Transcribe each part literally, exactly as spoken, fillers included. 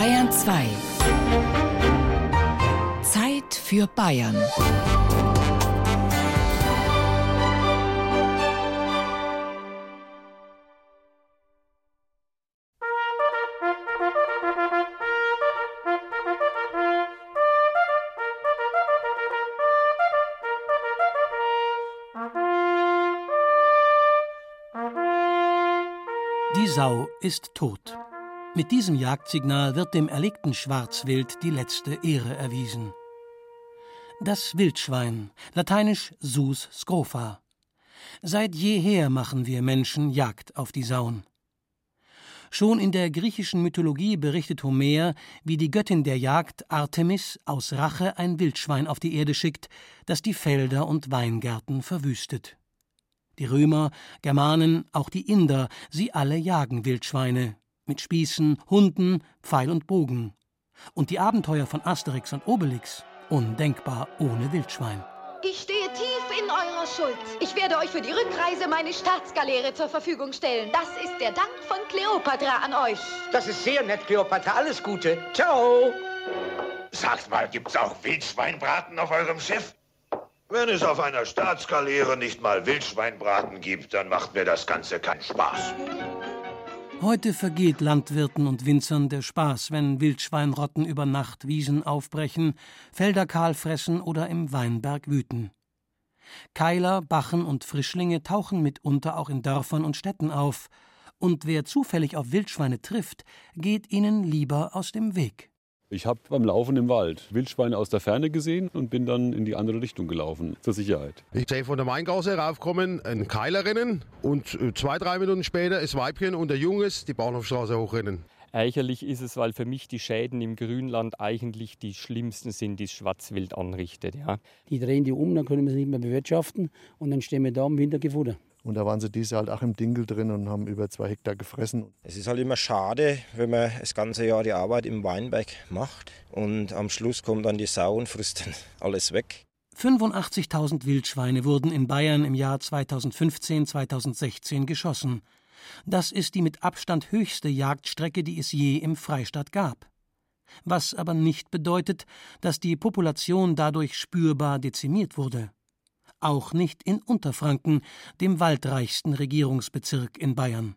Bayern zwei. Zeit für Bayern. Die Sau ist tot. Mit diesem Jagdsignal wird dem erlegten Schwarzwild die letzte Ehre erwiesen. Das Wildschwein, lateinisch Sus scrofa. Seit jeher machen wir Menschen Jagd auf die Sauen. Schon in der griechischen Mythologie berichtet Homer, wie die Göttin der Jagd Artemis aus Rache ein Wildschwein auf die Erde schickt, das die Felder und Weingärten verwüstet. Die Römer, Germanen, auch die Inder, sie alle jagen Wildschweine. Mit Spießen, Hunden, Pfeil und Bogen. Und die Abenteuer von Asterix und Obelix, undenkbar ohne Wildschwein. Ich stehe tief in eurer Schuld. Ich werde euch für die Rückreise meine Staatsgaleere zur Verfügung stellen. Das ist der Dank von Kleopatra an euch. Das ist sehr nett, Kleopatra. Alles Gute. Ciao. Sagt mal, gibt's auch Wildschweinbraten auf eurem Schiff? Wenn es auf einer Staatsgaleere nicht mal Wildschweinbraten gibt, dann macht mir das Ganze keinen Spaß. Heute vergeht Landwirten und Winzern der Spaß, wenn Wildschweinrotten über Nacht Wiesen aufbrechen, Felder kahl fressen oder im Weinberg wüten. Keiler, Bachen und Frischlinge tauchen mitunter auch in Dörfern und Städten auf, und wer zufällig auf Wildschweine trifft, geht ihnen lieber aus dem Weg. Ich habe beim Laufen im Wald Wildschweine aus der Ferne gesehen und bin dann in die andere Richtung gelaufen, zur Sicherheit. Ich sehe von der Maingasse raufkommen, ein Keiler rennen und zwei, drei Minuten später das Weibchen und der Junges die Bahnhofstraße hochrennen. Ärgerlich ist es, weil für mich die Schäden im Grünland eigentlich die schlimmsten sind, die das Schwarzwild anrichtet. Ja. Die drehen die um, dann können wir sie nicht mehr bewirtschaften und dann stehen wir da im Winter gefuttert. Und da waren sie dieses Jahr halt auch im Dinkel drin und haben über zwei Hektar gefressen. Es ist halt immer schade, wenn man das ganze Jahr die Arbeit im Weinberg macht und am Schluss kommt dann die Sau und frisst dann alles weg. fünfundachtzigtausend Wildschweine wurden in Bayern im Jahr zweitausendfünfzehn zweitausendsechzehn geschossen. Das ist die mit Abstand höchste Jagdstrecke, die es je im Freistaat gab. Was aber nicht bedeutet, dass die Population dadurch spürbar dezimiert wurde. Auch nicht in Unterfranken, dem waldreichsten Regierungsbezirk in Bayern.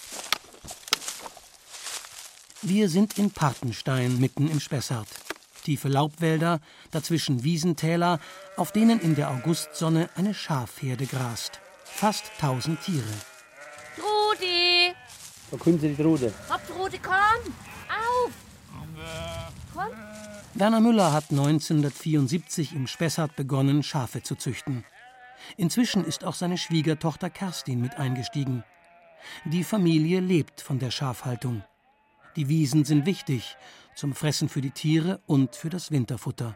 Wir sind in Partenstein, mitten im Spessart. Tiefe Laubwälder, dazwischen Wiesentäler, auf denen in der Augustsonne eine Schafherde grast. Fast tausend Tiere. Trudi! Da kommt sie, die Trude. Hopp, Trudi, komm! Auf! Komm! Werner Müller hat neunzehnhundertvierundsiebzig im Spessart begonnen, Schafe zu züchten. Inzwischen ist auch seine Schwiegertochter Kerstin mit eingestiegen. Die Familie lebt von der Schafhaltung. Die Wiesen sind wichtig, zum Fressen für die Tiere und für das Winterfutter.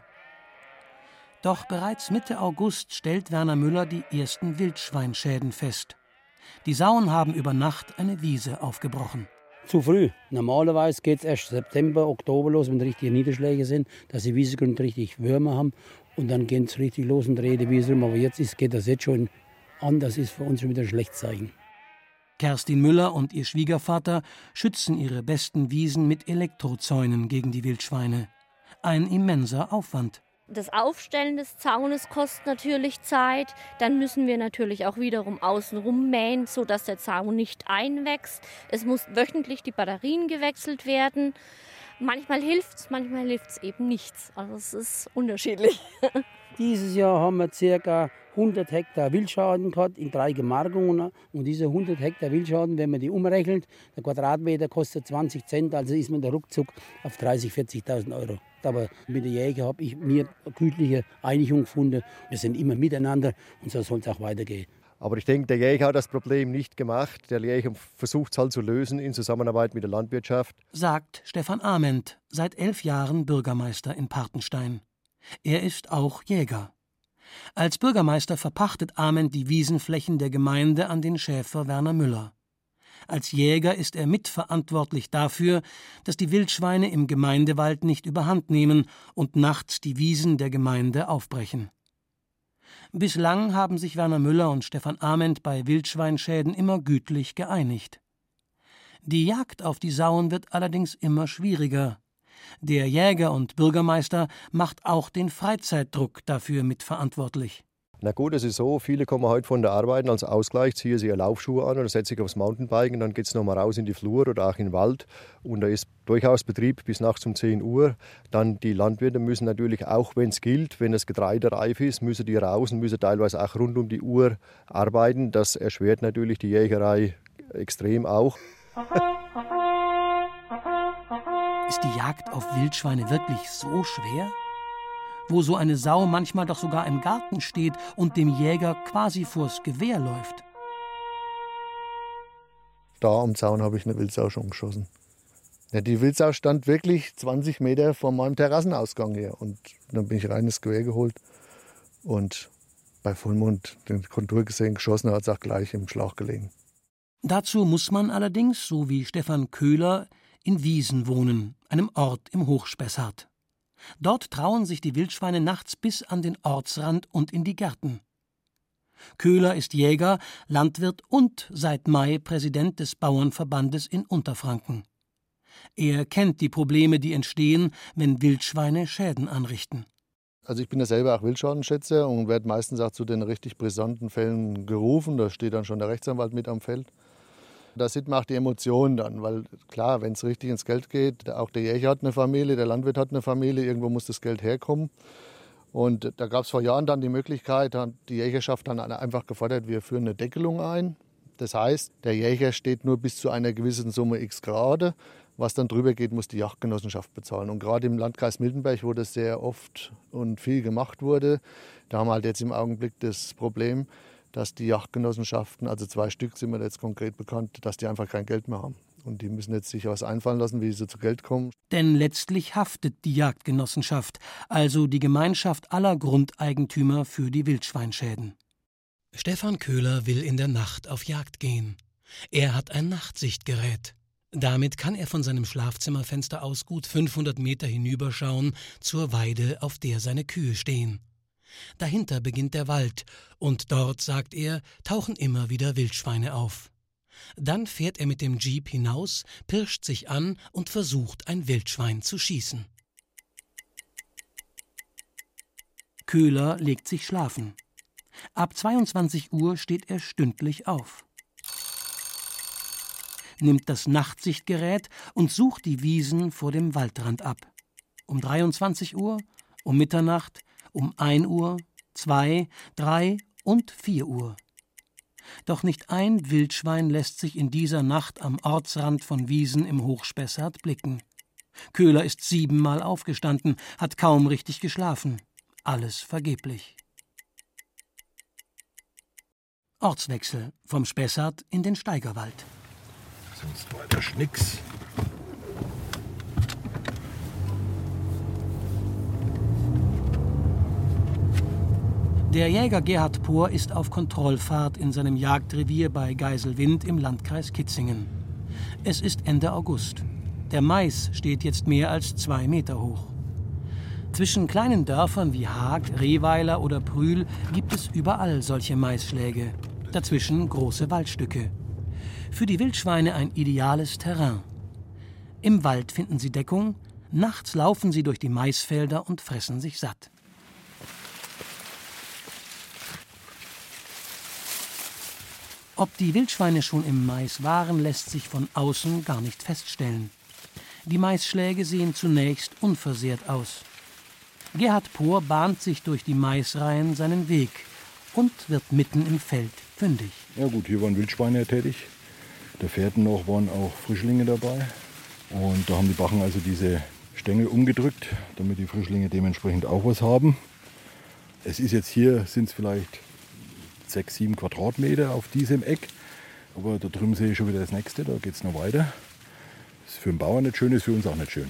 Doch bereits Mitte August stellt Werner Müller die ersten Wildschweinschäden fest. Die Sauen haben über Nacht eine Wiese aufgebrochen. Zu früh. Normalerweise geht es erst September, Oktober los, wenn richtige Niederschläge sind, dass die Wiese richtig Würmer haben. Und dann geht es richtig los und dreht die Wiese rum. Aber jetzt ist, geht das jetzt schon an. Das ist für uns schon wieder ein schlechtes Zeichen. Kerstin Müller und ihr Schwiegervater schützen ihre besten Wiesen mit Elektrozäunen gegen die Wildschweine. Ein immenser Aufwand. Das Aufstellen des Zaunes kostet natürlich Zeit. Dann müssen wir natürlich auch wiederum außenrum mähen, sodass der Zaun nicht einwächst. Es muss wöchentlich die Batterien gewechselt werden. Manchmal hilft es, manchmal hilft es eben nichts. Also es ist unterschiedlich. Dieses Jahr haben wir ca. hundert Hektar Wildschaden gehabt in drei Gemarkungen. Und diese hundert Hektar Wildschaden, wenn man die umrechnet, der Quadratmeter kostet zwanzig Cent, also ist man der ruckzuck auf dreißigtausend, vierzigtausend Euro. Aber mit der Jäger habe ich mir eine gütliche Einigung gefunden. Wir sind immer miteinander und so soll es auch weitergehen. Aber ich denke, der Jäger hat das Problem nicht gemacht. Der Jäger versucht es halt zu lösen in Zusammenarbeit mit der Landwirtschaft. Sagt Stefan Ament, seit elf Jahren Bürgermeister in Partenstein. Er ist auch Jäger. Als Bürgermeister verpachtet Ament die Wiesenflächen der Gemeinde an den Schäfer Werner Müller. Als Jäger ist er mitverantwortlich dafür, dass die Wildschweine im Gemeindewald nicht überhand nehmen und nachts die Wiesen der Gemeinde aufbrechen. Bislang haben sich Werner Müller und Stefan Ament bei Wildschweinschäden immer gütlich geeinigt. Die Jagd auf die Sauen wird allerdings immer schwieriger. Der Jäger und Bürgermeister macht auch den Freizeitdruck dafür mitverantwortlich. Na gut, es ist so, viele kommen heute von der Arbeit und als Ausgleich ziehen sie ihre Laufschuhe an oder setzen sich aufs Mountainbike und dann geht es nochmal raus in die Flur oder auch in den Wald. Und da ist durchaus Betrieb bis nachts um zehn Uhr. Dann die Landwirte müssen natürlich auch, wenn es gilt, wenn das Getreide reif ist, müssen die raus und müssen teilweise auch rund um die Uhr arbeiten. Das erschwert natürlich die Jägerei extrem auch. Ist die Jagd auf Wildschweine wirklich so schwer? Wo so eine Sau manchmal doch sogar im Garten steht und dem Jäger quasi vors Gewehr läuft. Da am Zaun habe ich eine Wildsau schon geschossen. Ja, die Wildsau stand wirklich zwanzig Meter von meinem Terrassenausgang her. Und dann bin ich rein ins Gewehr geholt und bei Vollmond den Kontur gesehen, geschossen, hat es auch gleich im Schlauch gelegen. Dazu muss man allerdings, so wie Stefan Köhler, in Wiesen wohnen, einem Ort im Hochspessart. Dort trauen sich die Wildschweine nachts bis an den Ortsrand und in die Gärten. Köhler ist Jäger, Landwirt und seit Mai Präsident des Bauernverbandes in Unterfranken. Er kennt die Probleme, die entstehen, wenn Wildschweine Schäden anrichten. Also ich bin ja selber auch Wildschadenschätzer und werde meistens auch zu den richtig brisanten Fällen gerufen. Da steht dann schon der Rechtsanwalt mit am Feld. Da sieht man auch die Emotionen dann, weil klar, wenn es richtig ins Geld geht, auch der Jäger hat eine Familie, der Landwirt hat eine Familie, irgendwo muss das Geld herkommen. Und da gab es vor Jahren dann die Möglichkeit, hat die Jägerschaft dann einfach gefordert, wir führen eine Deckelung ein. Das heißt, der Jäger steht nur bis zu einer gewissen Summe X gerade. Was dann drüber geht, muss die Jagdgenossenschaft bezahlen. Und gerade im Landkreis Miltenberg, wo das sehr oft und viel gemacht wurde, da haben wir halt jetzt im Augenblick das Problem, dass die Jagdgenossenschaften, also zwei Stück sind mir jetzt konkret bekannt, dass die einfach kein Geld mehr haben. Und die müssen jetzt sich was einfallen lassen, wie sie zu Geld kommen. Denn letztlich haftet die Jagdgenossenschaft, also die Gemeinschaft aller Grundeigentümer für die Wildschweinschäden. Stefan Köhler will in der Nacht auf Jagd gehen. Er hat ein Nachtsichtgerät. Damit kann er von seinem Schlafzimmerfenster aus gut fünfhundert Meter hinüberschauen zur Weide, auf der seine Kühe stehen. Dahinter beginnt der Wald und dort, sagt er, tauchen immer wieder Wildschweine auf. Dann fährt er mit dem Jeep hinaus, pirscht sich an und versucht, ein Wildschwein zu schießen. Köhler legt sich schlafen. Ab zweiundzwanzig Uhr steht er stündlich auf, nimmt das Nachtsichtgerät und sucht die Wiesen vor dem Waldrand ab. Um dreiundzwanzig Uhr, um Mitternacht, um ein Uhr, zwei, drei und vier Uhr. Doch nicht ein Wildschwein lässt sich in dieser Nacht am Ortsrand von Wiesen im Hochspessart blicken. Köhler ist siebenmal aufgestanden, hat kaum richtig geschlafen. Alles vergeblich. Ortswechsel vom Spessart in den Steigerwald. Sonst weiter nix. Der Jäger Gerhard Pohr ist auf Kontrollfahrt in seinem Jagdrevier bei Geiselwind im Landkreis Kitzingen. Es ist Ende August. Der Mais steht jetzt mehr als zwei Meter hoch. Zwischen kleinen Dörfern wie Haag, Rehweiler oder Prühl gibt es überall solche Maisschläge. Dazwischen große Waldstücke. Für die Wildschweine ein ideales Terrain. Im Wald finden sie Deckung, nachts laufen sie durch die Maisfelder und fressen sich satt. Ob die Wildschweine schon im Mais waren, lässt sich von außen gar nicht feststellen. Die Maisschläge sehen zunächst unversehrt aus. Gerhard Pohr bahnt sich durch die Maisreihen seinen Weg und wird mitten im Feld fündig. Ja gut, hier waren Wildschweine tätig. Der Fährten noch waren auch Frischlinge dabei. Und da haben die Bachen also diese Stängel umgedrückt, damit die Frischlinge dementsprechend auch was haben. Es ist jetzt hier, sind es vielleicht sechs, sieben Quadratmeter auf diesem Eck. Aber da drüben sehe ich schon wieder das nächste, da geht es noch weiter. Das ist für den Bauern nicht schön, ist für uns auch nicht schön.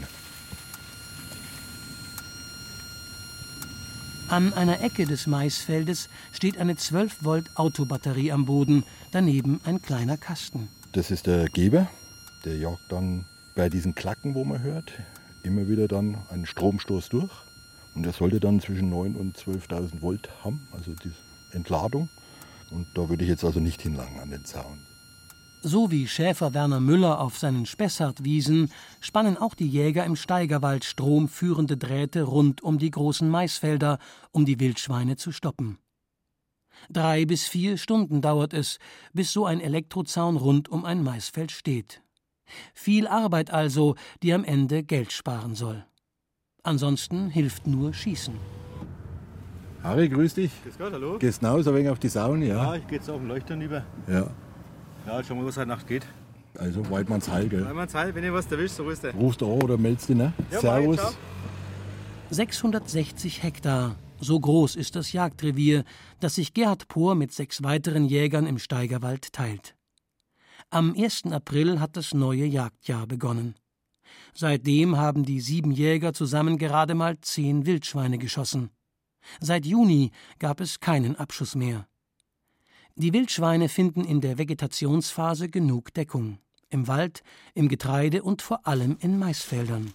An einer Ecke des Maisfeldes steht eine zwölf Volt Autobatterie am Boden, daneben ein kleiner Kasten. Das ist der Geber, der jagt dann bei diesen Klacken, wo man hört, immer wieder dann einen Stromstoß durch. Und der sollte dann zwischen neuntausend und zwölftausend Volt haben, also die Entladung. Und da würde ich jetzt also nicht hinlangen an den Zaun. So wie Schäfer Werner Müller auf seinen Spessartwiesen spannen auch die Jäger im Steigerwald stromführende Drähte rund um die großen Maisfelder, um die Wildschweine zu stoppen. Drei bis vier Stunden dauert es, bis so ein Elektrozaun rund um ein Maisfeld steht. Viel Arbeit also, die am Ende Geld sparen soll. Ansonsten hilft nur Schießen. Harry, grüß dich. Grüß Gott, hallo. Gehst du hinaus, ein wenig auf die Sauen, ja? Ja, ich gehe jetzt auf den Leuchtturm über. Ja. Ja, schauen wir, was heute Nacht geht. Also Weidmannsheil, gell? Weidmannsheil, wenn ihr was erwischt, so ist der. Rufst du an oder meldest dich, ne? Ja, Servus. Bye, sechshundertsechzig Hektar, so groß ist das Jagdrevier, das sich Gerhard Pohr mit sechs weiteren Jägern im Steigerwald teilt. Am ersten April hat das neue Jagdjahr begonnen. Seitdem haben die sieben Jäger zusammen gerade mal zehn Wildschweine geschossen. Seit Juni gab es keinen Abschuss mehr. Die Wildschweine finden in der Vegetationsphase genug Deckung. Im Wald, im Getreide und vor allem in Maisfeldern.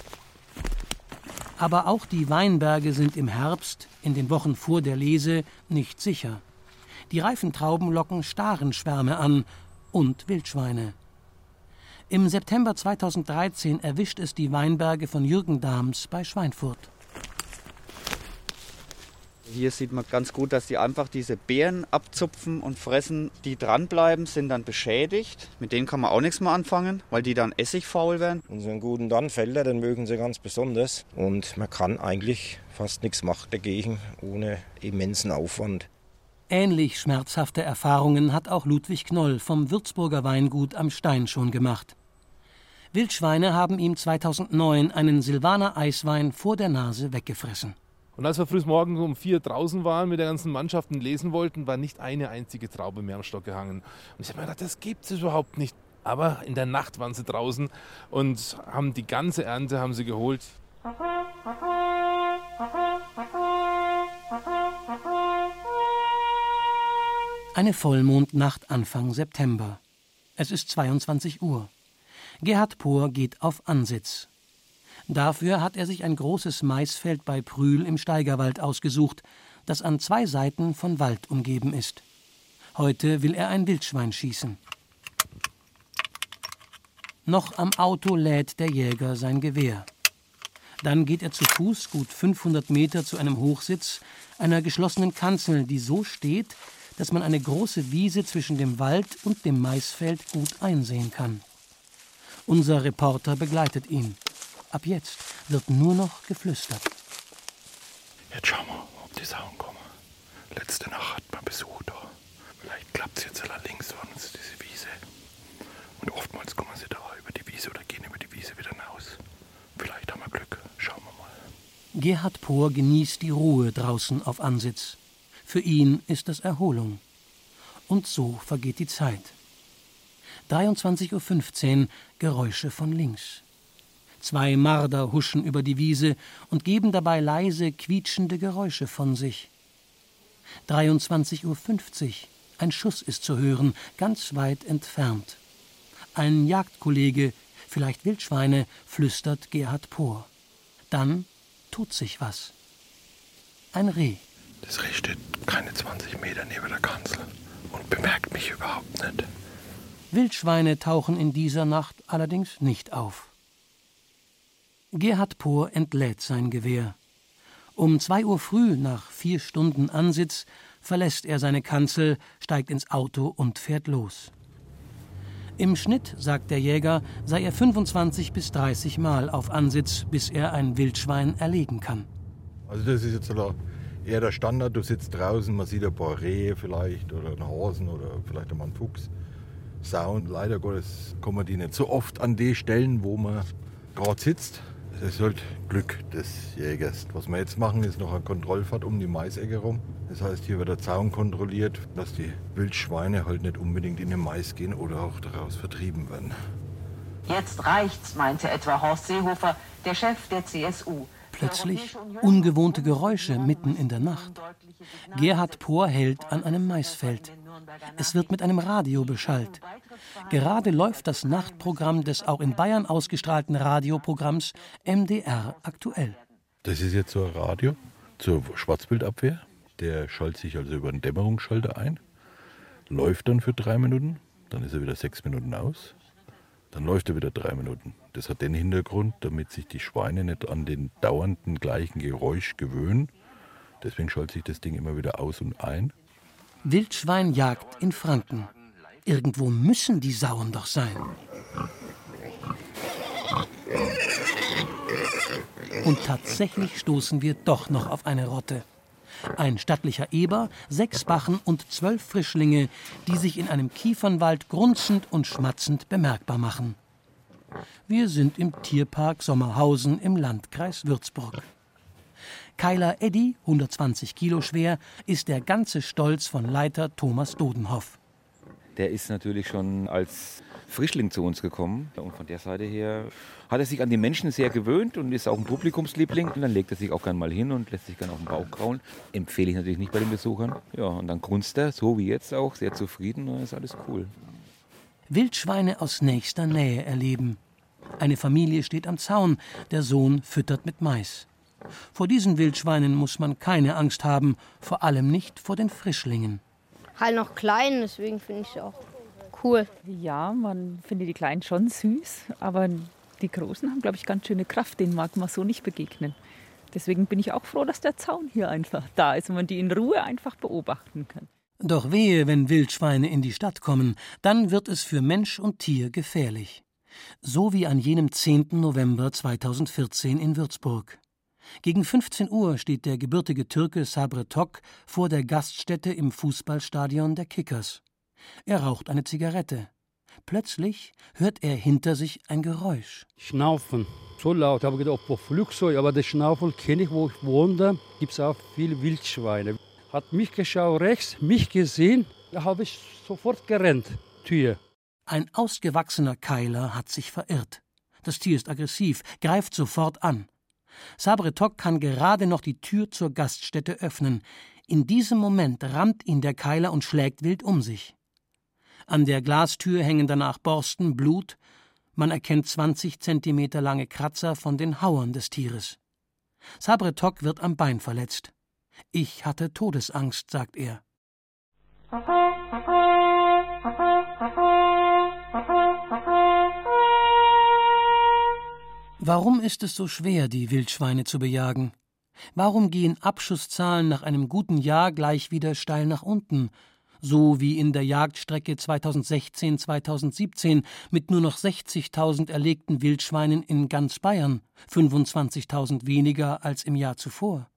Aber auch die Weinberge sind im Herbst, in den Wochen vor der Lese, nicht sicher. Die reifen Trauben locken Starenschwärme an und Wildschweine. Im September zweitausenddreizehn erwischt es die Weinberge von Jürgen Dahms bei Schweinfurt. Hier sieht man ganz gut, dass die einfach diese Beeren abzupfen und fressen. Die dranbleiben, sind dann beschädigt. Mit denen kann man auch nichts mehr anfangen, weil die dann essigfaul werden. Und so einen guten Dornfelder, den mögen sie ganz besonders. Und man kann eigentlich fast nichts machen dagegen, ohne immensen Aufwand. Ähnlich schmerzhafte Erfahrungen hat auch Ludwig Knoll vom Würzburger Weingut am Stein schon gemacht. Wildschweine haben ihm zweitausendneun einen Silvaner Eiswein vor der Nase weggefressen. Und als wir früh morgens um vier draußen waren mit der ganzen Mannschaft und lesen wollten, war nicht eine einzige Traube mehr am Stock gehangen. Und ich habe mir gedacht, das gibt es überhaupt nicht. Aber in der Nacht waren sie draußen und haben die ganze Ernte haben sie geholt. Eine Vollmondnacht Anfang September. Es ist zweiundzwanzig Uhr. Gerhard Pohr geht auf Ansitz. Dafür hat er sich ein großes Maisfeld bei Prühl im Steigerwald ausgesucht, das an zwei Seiten von Wald umgeben ist. Heute will er ein Wildschwein schießen. Noch am Auto lädt der Jäger sein Gewehr. Dann geht er zu Fuß gut fünfhundert Meter zu einem Hochsitz, einer geschlossenen Kanzel, die so steht, dass man eine große Wiese zwischen dem Wald und dem Maisfeld gut einsehen kann. Unser Reporter begleitet ihn. Ab jetzt wird nur noch geflüstert. Jetzt schauen wir, ob die Sauen kommen. Letzte Nacht hat man Besuch da. Vielleicht klappt es jetzt links von uns, diese Wiese. Und oftmals kommen sie da über die Wiese oder gehen über die Wiese wieder hinaus. Vielleicht haben wir Glück. Schauen wir mal. Gerhard Pohr genießt die Ruhe draußen auf Ansitz. Für ihn ist das Erholung. Und so vergeht die Zeit. dreiundzwanzig Uhr fünfzehn, Geräusche von links. Zwei Marder huschen über die Wiese und geben dabei leise, quietschende Geräusche von sich. dreiundzwanzig Uhr fünfzig, ein Schuss ist zu hören, ganz weit entfernt. Ein Jagdkollege, vielleicht Wildschweine, flüstert Gerhard Pohr. Dann tut sich was. Ein Reh. Das Reh steht keine zwanzig Meter neben der Kanzel und bemerkt mich überhaupt nicht. Wildschweine tauchen in dieser Nacht allerdings nicht auf. Gerhard Pohr entlädt sein Gewehr. Um zwei Uhr früh, nach vier Stunden Ansitz, verlässt er seine Kanzel, steigt ins Auto und fährt los. Im Schnitt, sagt der Jäger, sei er fünfundzwanzig bis dreißig Mal auf Ansitz, bis er ein Wildschwein erlegen kann. Also das ist jetzt eher der Standard. Du sitzt draußen, man sieht ein paar Rehe vielleicht oder einen Hasen oder vielleicht einmal einen Fuchs. Sauen, leider Gottes kommen die nicht so oft an die Stellen, wo man gerade sitzt. Das ist halt Glück des Jägers. Was wir jetzt machen, ist noch eine Kontrollfahrt um die Maisecke rum. Das heißt, hier wird der Zaun kontrolliert, dass die Wildschweine halt nicht unbedingt in den Mais gehen oder auch daraus vertrieben werden. Jetzt reicht's, meinte etwa Horst Seehofer, der Chef der C S U. Plötzlich ungewohnte Geräusche mitten in der Nacht. Gerhard Pohr hält an einem Maisfeld. Es wird mit einem Radio beschallt. Gerade läuft das Nachtprogramm des auch in Bayern ausgestrahlten Radioprogramms M D R aktuell. Das ist jetzt so ein Radio zur Schwarzbildabwehr. Der schaltet sich also über einen Dämmerungsschalter ein, läuft dann für drei Minuten, dann ist er wieder sechs Minuten aus, dann läuft er wieder drei Minuten. Das hat den Hintergrund, damit sich die Schweine nicht an den dauernden gleichen Geräusch gewöhnen. Deswegen schaltet sich das Ding immer wieder aus und ein. Wildschweinjagd in Franken. Irgendwo müssen die Sauen doch sein. Und tatsächlich stoßen wir doch noch auf eine Rotte. Ein stattlicher Eber, sechs Bachen und zwölf Frischlinge, die sich in einem Kiefernwald grunzend und schmatzend bemerkbar machen. Wir sind im Tierpark Sommerhausen im Landkreis Würzburg. Keiler Eddy, hundertzwanzig Kilo schwer, ist der ganze Stolz von Leiter Thomas Dodenhoff. Der ist natürlich schon als Frischling zu uns gekommen. Und von der Seite her hat er sich an die Menschen sehr gewöhnt und ist auch ein Publikumsliebling. Und dann legt er sich auch gerne mal hin und lässt sich gerne auf den Bauch kraulen. Empfehle ich natürlich nicht bei den Besuchern. Ja, und dann grunzt er, so wie jetzt auch, sehr zufrieden und ist alles cool. Wildschweine aus nächster Nähe erleben. Eine Familie steht am Zaun, der Sohn füttert mit Mais. Vor diesen Wildschweinen muss man keine Angst haben, vor allem nicht vor den Frischlingen. Halt noch klein, deswegen finde ich es auch cool. Ja, man findet die Kleinen schon süß, aber die Großen haben, glaube ich, ganz schöne Kraft, denen mag man so nicht begegnen. Deswegen bin ich auch froh, dass der Zaun hier einfach da ist und man die in Ruhe einfach beobachten kann. Doch wehe, wenn Wildschweine in die Stadt kommen, dann wird es für Mensch und Tier gefährlich. So wie an jenem zehnten November zweitausendvierzehn in Würzburg. Gegen fünfzehn Uhr steht der gebürtige Türke Sabre Tok vor der Gaststätte im Fußballstadion der Kickers. Er raucht eine Zigarette. Plötzlich hört er hinter sich ein Geräusch. Schnaufen, so laut, habe ich gedacht, oh, Flugzeug, aber das Schnaufen kenne ich, wo ich wohne, gibt es auch viele Wildschweine. Hat mich geschaut rechts, mich gesehen, da habe ich sofort gerannt, Tür. Ein ausgewachsener Keiler hat sich verirrt. Das Tier ist aggressiv, greift sofort an. Sabre Tok kann gerade noch die Tür zur Gaststätte öffnen. In diesem Moment rammt ihn der Keiler und schlägt wild um sich. An der Glastür hängen danach Borsten, Blut. Man erkennt zwanzig Zentimeter lange Kratzer von den Hauern des Tieres. Sabre Tok wird am Bein verletzt. Ich hatte Todesangst, sagt er. Warum ist es so schwer, die Wildschweine zu bejagen? Warum gehen Abschusszahlen nach einem guten Jahr gleich wieder steil nach unten? So wie in der Jagdstrecke zweitausendsechzehn zweitausendsiebzehn mit nur noch sechzigtausend erlegten Wildschweinen in ganz Bayern, fünfundzwanzigtausend weniger als im Jahr zuvor.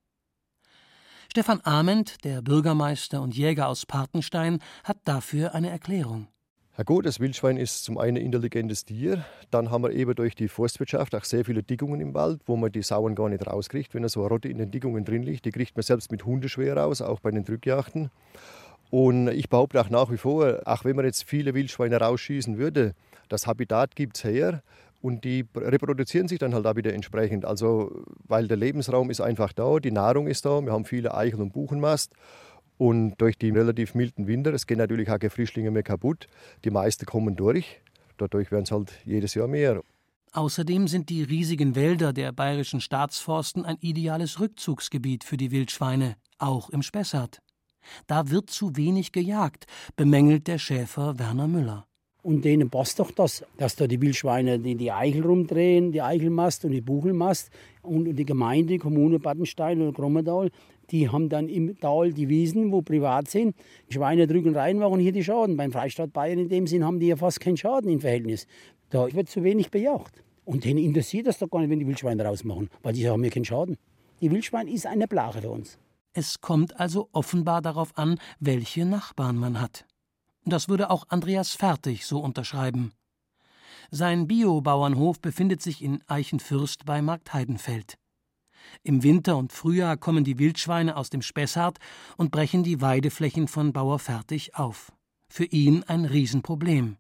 Stefan Ament, der Bürgermeister und Jäger aus Partenstein, hat dafür eine Erklärung. Ja gut, das Wildschwein ist zum einen ein intelligentes Tier. Dann haben wir eben durch die Forstwirtschaft auch sehr viele Dickungen im Wald, wo man die Sauen gar nicht rauskriegt. Wenn da so eine Rotte in den Dickungen drin liegt, die kriegt man selbst mit Hundeschwer raus, auch bei den Drückjagden. Und ich behaupte auch nach wie vor, auch wenn man jetzt viele Wildschweine rausschießen würde, das Habitat gibt es her und die reproduzieren sich dann halt auch wieder entsprechend. Also, weil der Lebensraum ist einfach da, die Nahrung ist da, wir haben viele Eichel- und Buchenmast. Und durch die relativ milden Winter, es gehen natürlich auch keine Frischlinge mehr kaputt, die meisten kommen durch, dadurch werden es halt jedes Jahr mehr. Außerdem sind die riesigen Wälder der bayerischen Staatsforsten ein ideales Rückzugsgebiet für die Wildschweine, auch im Spessart. Da wird zu wenig gejagt, bemängelt der Schäfer Werner Müller. Und denen passt doch das, dass da die Wildschweine die, die Eichel rumdrehen, die Eichelmast und die Buchelmast. Und die Gemeinde, die Kommune Partenstein oder Krommerdal, die haben dann im Tal die Wiesen, wo privat sind. Die Schweine drücken rein, machen hier die Schaden. Beim Freistaat Bayern in dem Sinn haben die ja fast keinen Schaden im Verhältnis. Da wird zu wenig bejagt. Und denen interessiert das doch gar nicht, wenn die Wildschweine rausmachen, weil die haben ja keinen Schaden. Die Wildschwein ist eine Plage für uns. Es kommt also offenbar darauf an, welche Nachbarn man hat. Das würde auch Andreas Fertig so unterschreiben. Sein Bio-Bauernhof befindet sich in Eichenfürst bei Marktheidenfeld. Im Winter und Frühjahr kommen die Wildschweine aus dem Spessart und brechen die Weideflächen von Bauer Fertig auf. Für ihn ein Riesenproblem.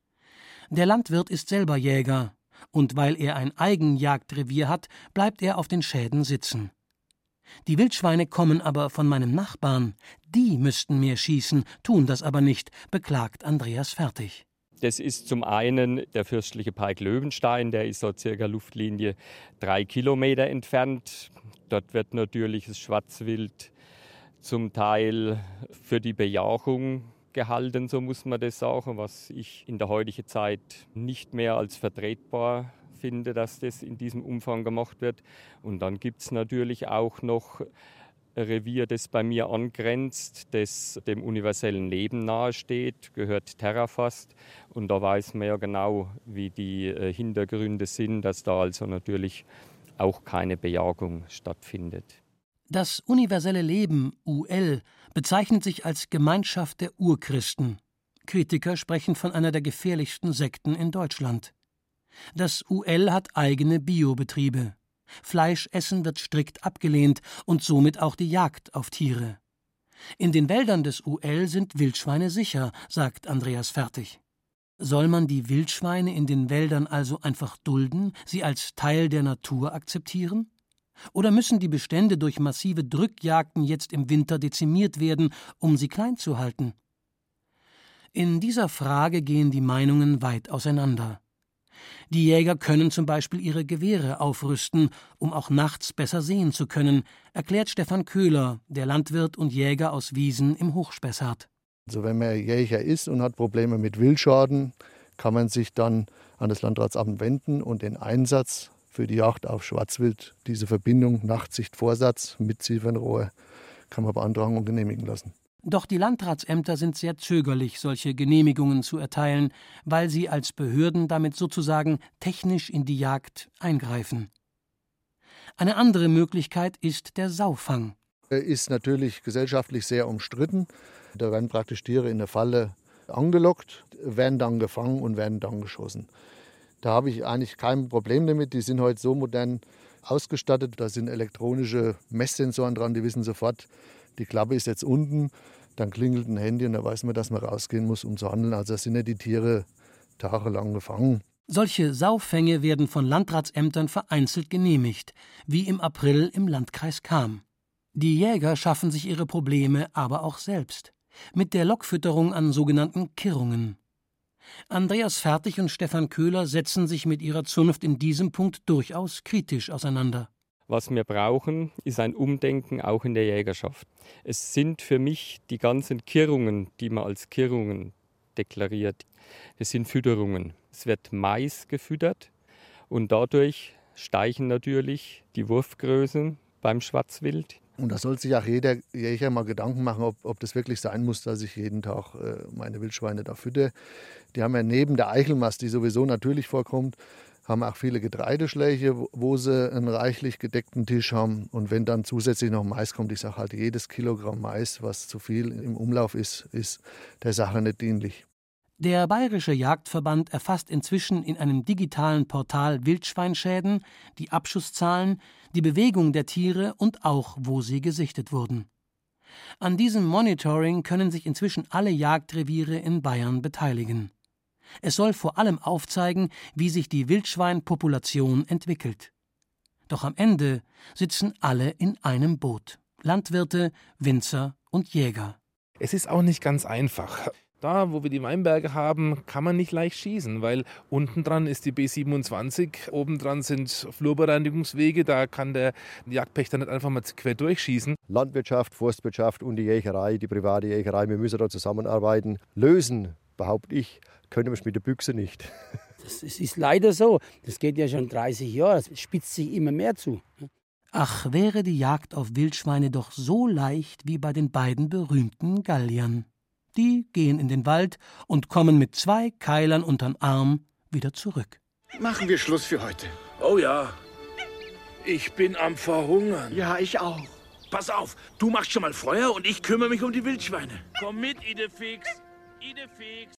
Der Landwirt ist selber Jäger, und weil er ein Eigenjagdrevier hat, bleibt er auf den Schäden sitzen. Die Wildschweine kommen aber von meinen Nachbarn. Die müssten mehr schießen, tun das aber nicht, beklagt Andreas Fertig. Das ist zum einen der fürstliche Park Löwenstein, der ist so circa Luftlinie drei Kilometer entfernt. Dort wird natürliches Schwarzwild zum Teil für die Bejachung gehalten, so muss man das sagen, was ich in der heutigen Zeit nicht mehr als vertretbar finde, dass das in diesem Umfang gemacht wird. Und dann gibt es natürlich auch noch ein Revier, das bei mir angrenzt, das dem universellen Leben nahesteht, gehört Terrafast. Und da weiß man ja genau, wie die Hintergründe sind, dass da also natürlich auch keine Bejagung stattfindet. Das universelle Leben, U L, bezeichnet sich als Gemeinschaft der Urchristen. Kritiker sprechen von einer der gefährlichsten Sekten in Deutschland. Das U L hat eigene Biobetriebe. Fleischessen wird strikt abgelehnt und somit auch die Jagd auf Tiere. In den Wäldern des U L sind Wildschweine sicher, sagt Andreas Fertig. Soll man die Wildschweine in den Wäldern also einfach dulden, sie als Teil der Natur akzeptieren? Oder müssen die Bestände durch massive Drückjagden jetzt im Winter dezimiert werden, um sie klein zu halten? In dieser Frage gehen die Meinungen weit auseinander. Die Jäger können zum Beispiel ihre Gewehre aufrüsten, um auch nachts besser sehen zu können, erklärt Stefan Köhler, der Landwirt und Jäger aus Wiesen im Hochspessart. Also wenn man Jäger ist und hat Probleme mit Wildschaden, kann man sich dann an das Landratsamt wenden und den Einsatz für die Jagd auf Schwarzwild, diese Verbindung Nachtsichtvorsatz mit Zielfernrohr, kann man beantragen und genehmigen lassen. Doch die Landratsämter sind sehr zögerlich, solche Genehmigungen zu erteilen, weil sie als Behörden damit sozusagen technisch in die Jagd eingreifen. Eine andere Möglichkeit ist der Saufang. Er ist natürlich gesellschaftlich sehr umstritten. Da werden praktisch Tiere in der Falle angelockt, werden dann gefangen und werden dann geschossen. Da habe ich eigentlich kein Problem damit. Die sind heute so modern ausgestattet. Da sind elektronische Messsensoren dran, die wissen sofort, die Klappe ist jetzt unten. Dann klingelt ein Handy und da weiß man, dass man rausgehen muss, um zu handeln. Also sind ja die Tiere tagelang gefangen. Solche Sauffänge werden von Landratsämtern vereinzelt genehmigt, wie im April im Landkreis Cham. Die Jäger schaffen sich ihre Probleme aber auch selbst. Mit der Lockfütterung an sogenannten Kirrungen. Andreas Fertig und Stefan Köhler setzen sich mit ihrer Zunft in diesem Punkt durchaus kritisch auseinander. Was wir brauchen, ist ein Umdenken auch in der Jägerschaft. Es sind für mich die ganzen Kirrungen, die man als Kirrungen deklariert, das sind Fütterungen. Es wird Mais gefüttert und dadurch steigen natürlich die Wurfgrößen beim Schwarzwild. Und da soll sich auch jeder Jäger mal Gedanken machen, ob, ob das wirklich sein muss, dass ich jeden Tag äh, meine Wildschweine da fütter. Die haben ja neben der Eichelmast, die sowieso natürlich vorkommt, haben auch viele Getreideschläche, wo sie einen reichlich gedeckten Tisch haben. Und wenn dann zusätzlich noch Mais kommt, ich sage halt, jedes Kilogramm Mais, was zu viel im Umlauf ist, ist der Sache nicht dienlich. Der Bayerische Jagdverband erfasst inzwischen in einem digitalen Portal Wildschweinschäden, die Abschusszahlen, die Bewegung der Tiere und auch, wo sie gesichtet wurden. An diesem Monitoring können sich inzwischen alle Jagdreviere in Bayern beteiligen. Es soll vor allem aufzeigen, wie sich die Wildschweinpopulation entwickelt. Doch am Ende sitzen alle in einem Boot: Landwirte, Winzer und Jäger. Es ist auch nicht ganz einfach. Da, wo wir die Weinberge haben, kann man nicht leicht schießen, weil unten dran ist die B siebenundzwanzig, oben dran sind Flurbereinigungswege, da kann der Jagdpächter nicht einfach mal quer durchschießen. Landwirtschaft, Forstwirtschaft und die Jägerei, die private Jägerei, wir müssen da zusammenarbeiten. Lösen, behaupte ich, können wir es mit der Büchse nicht. Das ist leider so. Das geht ja schon dreißig Jahre, es spitzt sich immer mehr zu. Ach, wäre die Jagd auf Wildschweine doch so leicht wie bei den beiden berühmten Galliern. Die gehen in den Wald und kommen mit zwei Keilern unterm Arm wieder zurück. Machen wir Schluss für heute. Oh ja, ich bin am Verhungern. Ja, ich auch. Pass auf, du machst schon mal Feuer und ich kümmere mich um die Wildschweine. Komm mit, Idefix. Idefix.